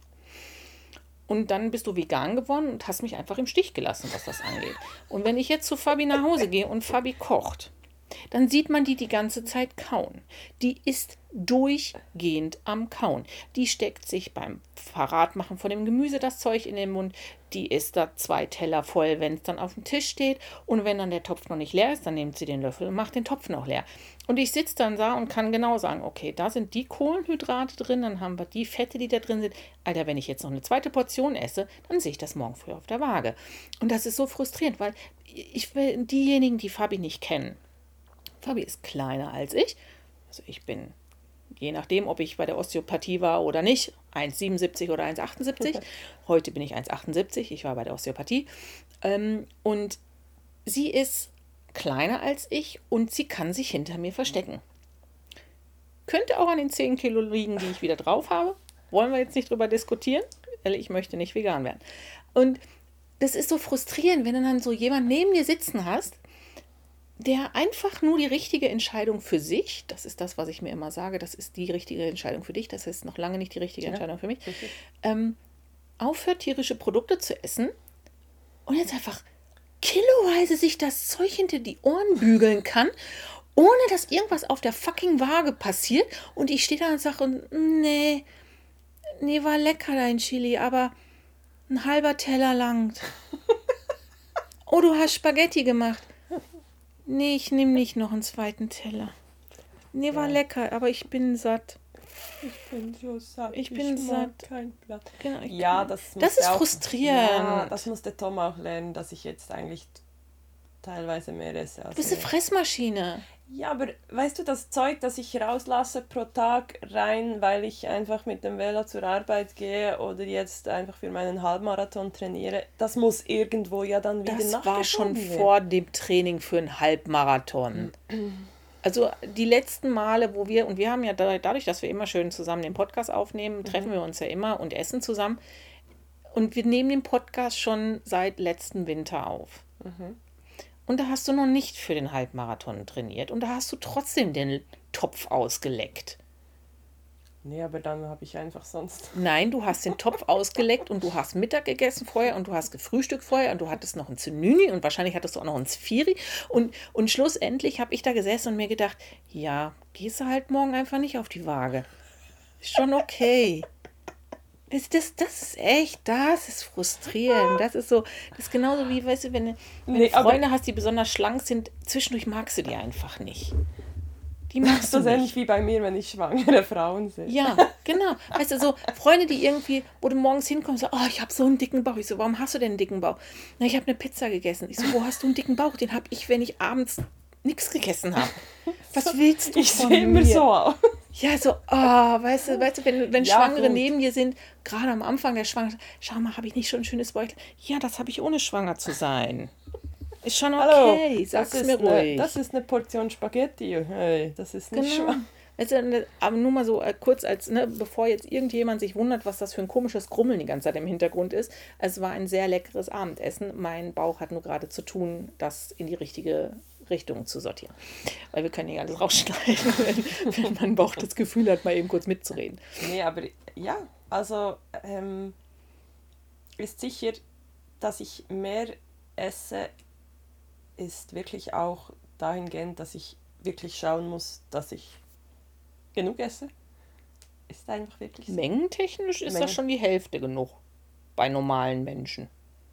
Und dann bist du vegan geworden und hast mich einfach im Stich gelassen, was das angeht. Und wenn ich jetzt zu Fabi nach Hause gehe und Fabi kocht, dann sieht man die die ganze Zeit kauen. Die ist durchgehend am Kauen. Die steckt sich beim Verratmachen von dem Gemüse das Zeug in den Mund. Die isst da zwei Teller voll, wenn es dann auf dem Tisch steht. Und wenn dann der Topf noch nicht leer ist, dann nimmt sie den Löffel und macht den Topf noch leer. Und ich sitze dann da und kann genau sagen, okay, da sind die Kohlenhydrate drin, dann haben wir die Fette, die da drin sind. Alter, wenn ich jetzt noch eine zweite Portion esse, dann sehe ich das morgen früh auf der Waage. Und das ist so frustrierend, weil ich will diejenigen, die Fabi nicht kennen. Fabi ist kleiner als ich. Also ich bin, je nachdem, ob ich bei der Osteopathie war oder nicht, eins siebenundsiebzig oder eins achtundsiebzig. Heute bin ich eins achtundsiebzig, ich war bei der Osteopathie. Ähm, und sie ist kleiner als ich und sie kann sich hinter mir verstecken. Könnte auch an den zehn Kilo liegen, die ich wieder drauf habe. Wollen wir jetzt nicht drüber diskutieren, weil ich möchte nicht vegan werden. Und das ist so frustrierend, wenn du dann so jemand neben dir sitzen hast, der einfach nur die richtige Entscheidung für sich, das ist das, was ich mir immer sage, das ist die richtige Entscheidung für dich, das ist noch lange nicht die richtige Entscheidung für mich, ähm, aufhört, tierische Produkte zu essen und jetzt einfach kiloweise sich das Zeug hinter die Ohren bügeln kann, ohne dass irgendwas auf der fucking Waage passiert und ich stehe da und sage, nee, nee, war lecker dein Chili, aber ein halber Teller langt. Oh, du hast Spaghetti gemacht. Nee, ich nehme nicht noch einen zweiten Teller. Nee, war Ja. lecker, aber ich bin satt. Ich bin so satt. Ich bin mag satt. kein Blatt. Genau, ich Ja, kann- das, Das musste ist auch, frustrierend. Ja, das musste Tom auch lernen, dass ich jetzt eigentlich teilweise mehr esse. Als Du bist eine er. Fressmaschine. Ja, aber weißt du, das Zeug, das ich rauslasse pro Tag rein, weil ich einfach mit dem Velo zur Arbeit gehe oder jetzt einfach für meinen Halbmarathon trainiere, das muss irgendwo ja dann wieder Das war schon nachgeschoben werden. vor dem Training für einen Halbmarathon. Also die letzten Male, wo wir, und wir haben ja da, dadurch, dass wir immer schön zusammen den Podcast aufnehmen, treffen wir uns ja immer und essen zusammen. Und wir nehmen den Podcast schon seit letzten Winter auf. Und da hast du noch nicht für den Halbmarathon trainiert. Und da hast du trotzdem den Topf ausgeleckt. Nee, aber dann habe ich einfach sonst... Nein, du hast den Topf ausgeleckt und du hast Mittag gegessen vorher und du hast gefrühstückt vorher und du hattest noch ein Zününi und wahrscheinlich hattest du auch noch ein Sphiri. Und, und schlussendlich habe ich da gesessen und mir gedacht, ja, gehst du halt morgen einfach nicht auf die Waage. Ist schon okay. Das, das, das ist echt, das ist frustrierend. Das ist so, das ist genauso wie, weißt du, wenn, du- wenn Nee, du aber Freunde hast, die besonders schlank sind, zwischendurch magst du die einfach nicht. Die magst so du ähnlich nicht. wie bei mir, wenn ich schwangere Frauen sehe. Ja, genau. Weißt du, so Freunde, die irgendwie, wo du morgens hinkommst, so, oh, ich habe so einen dicken Bauch. Ich so, warum hast du denn einen dicken Bauch? Na, ich habe eine Pizza gegessen. Ich so, wo hast du einen dicken Bauch? Den habe ich, wenn ich abends nichts gegessen habe. Was So, willst du ich von sehe immer mir? so aus. Ja, so, oh, weißt du, weißt du, wenn, wenn Ja, Schwangere gut. neben dir sind, gerade am Anfang der Schwangerschaft, schau mal, habe ich nicht schon ein schönes Bäuchlein? Ja, das habe ich ohne schwanger zu sein. Ist schon Hallo, okay, das sag's ist, mir eine, ruhig. das ist eine Portion Spaghetti. Hey, das ist nicht Genau. schwach. Weißt du, ne, aber nur mal so äh, kurz, als, ne, bevor jetzt irgendjemand sich wundert, was das für ein komisches Grummeln die ganze Zeit im Hintergrund ist. Es war ein sehr leckeres Abendessen. Mein Bauch hat nur gerade zu tun, das in die richtige Richtung zu sortieren. Weil wir können nicht alles rausschneiden, wenn, wenn mein Bauch das Gefühl hat, mal eben kurz mitzureden. Nee, aber ja, also ähm, ist sicher, dass ich mehr esse, ist wirklich auch dahingehend, dass ich wirklich schauen muss, dass ich genug esse. Ist einfach wirklich so. Mengentechnisch ist Mengen- das schon die Hälfte genug bei normalen Menschen.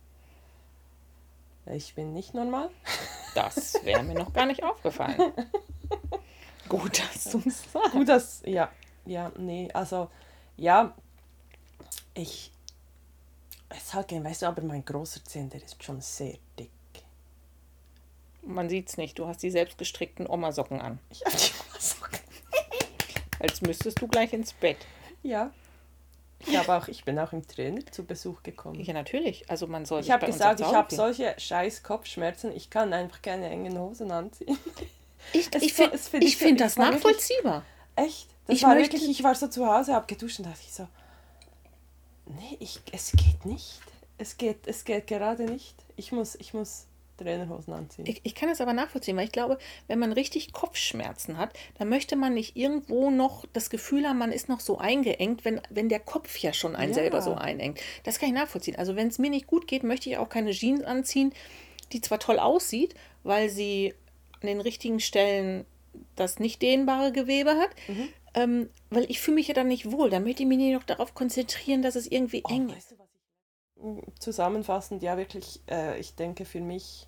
Ich bin nicht normal. Das wäre mir noch gar nicht aufgefallen. Gut, dass du es sagst. Gut, dass, ja, ja, nee, also, ja, ich, es ist halt, weißt du, aber mein großer Zeh, der ist schon sehr dick. Man sieht's nicht, du hast die selbstgestrickten Oma-Socken an. Ich hab die mal so. Als müsstest du gleich ins Bett. Ja. Ich, hab auch, ich bin auch im Trainer zu Besuch gekommen. Ja, natürlich. Also man soll Ich sich habe bei uns gesagt, aufs ich Auge habe gehen. solche scheiß Kopfschmerzen, ich kann einfach keine engen Hosen anziehen. Ich, Es ich war- finde es find ich so- find ich das war wirklich- nachvollziehbar. Echt? Das Ich war möchte- wirklich, ich war so zu Hause, habe geduscht und dachte ich so, nee, ich, es geht nicht. Es geht, es geht gerade nicht. Ich muss, ich muss Trainerhosen anziehen. Ich, ich kann es aber nachvollziehen, weil ich glaube, wenn man richtig Kopfschmerzen hat, dann möchte man nicht irgendwo noch das Gefühl haben, man ist noch so eingeengt, wenn, wenn der Kopf ja schon einen Ja. selber so einengt. Das kann ich nachvollziehen. Also wenn es mir nicht gut geht, möchte ich auch keine Jeans anziehen, die zwar toll aussieht, weil sie an den richtigen Stellen das nicht dehnbare Gewebe hat, Mhm. ähm, weil ich fühle mich ja dann nicht wohl. Dann möchte ich mich nicht noch darauf konzentrieren, dass es irgendwie Oh, eng ist. weißt du, was ich zusammenfassend, ja wirklich, äh, ich denke für mich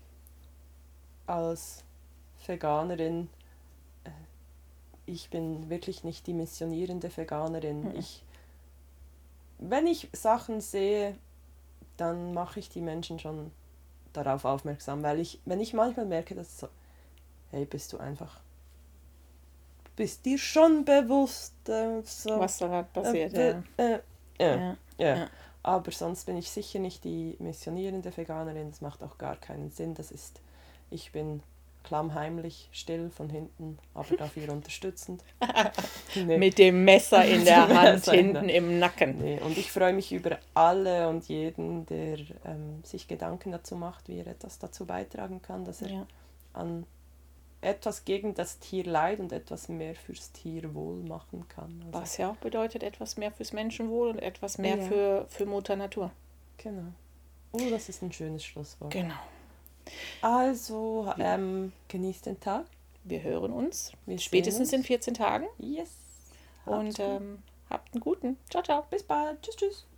als Veganerin, äh, ich bin wirklich nicht die missionierende Veganerin. Mhm. Ich, wenn ich Sachen sehe, dann mache ich die Menschen schon darauf aufmerksam, weil ich, wenn ich manchmal merke, dass so, hey, bist du einfach, bist dir schon bewusst, äh, so, Was da gerade passiert, äh, ja. äh, äh, Ja. ja. Ja. Aber sonst bin ich sicher nicht die missionierende Veganerin. Das macht auch gar keinen Sinn. Das ist, ich bin klammheimlich, still von hinten, aber dafür unterstützend. Nee. Mit dem Messer in Mit der dem Hand Messer in hinten im Nacken. Nee. Und ich freue mich über alle und jeden, der ähm, sich Gedanken dazu macht, wie er etwas dazu beitragen kann, dass er Ja. an etwas gegen das Tierleid und etwas mehr fürs Tierwohl machen kann. Also, Was ja auch bedeutet, etwas mehr fürs Menschenwohl und etwas mehr Ja. für, für Mutter Natur. genau. Oh, das ist ein schönes Schlusswort. Genau. Also, ähm, genießt den Tag. Wir hören uns Wir sehen spätestens uns. in vierzehn Tagen Yes. und Habt's gut. ähm, habt einen guten. Ciao, ciao. Bis bald. Tschüss, tschüss.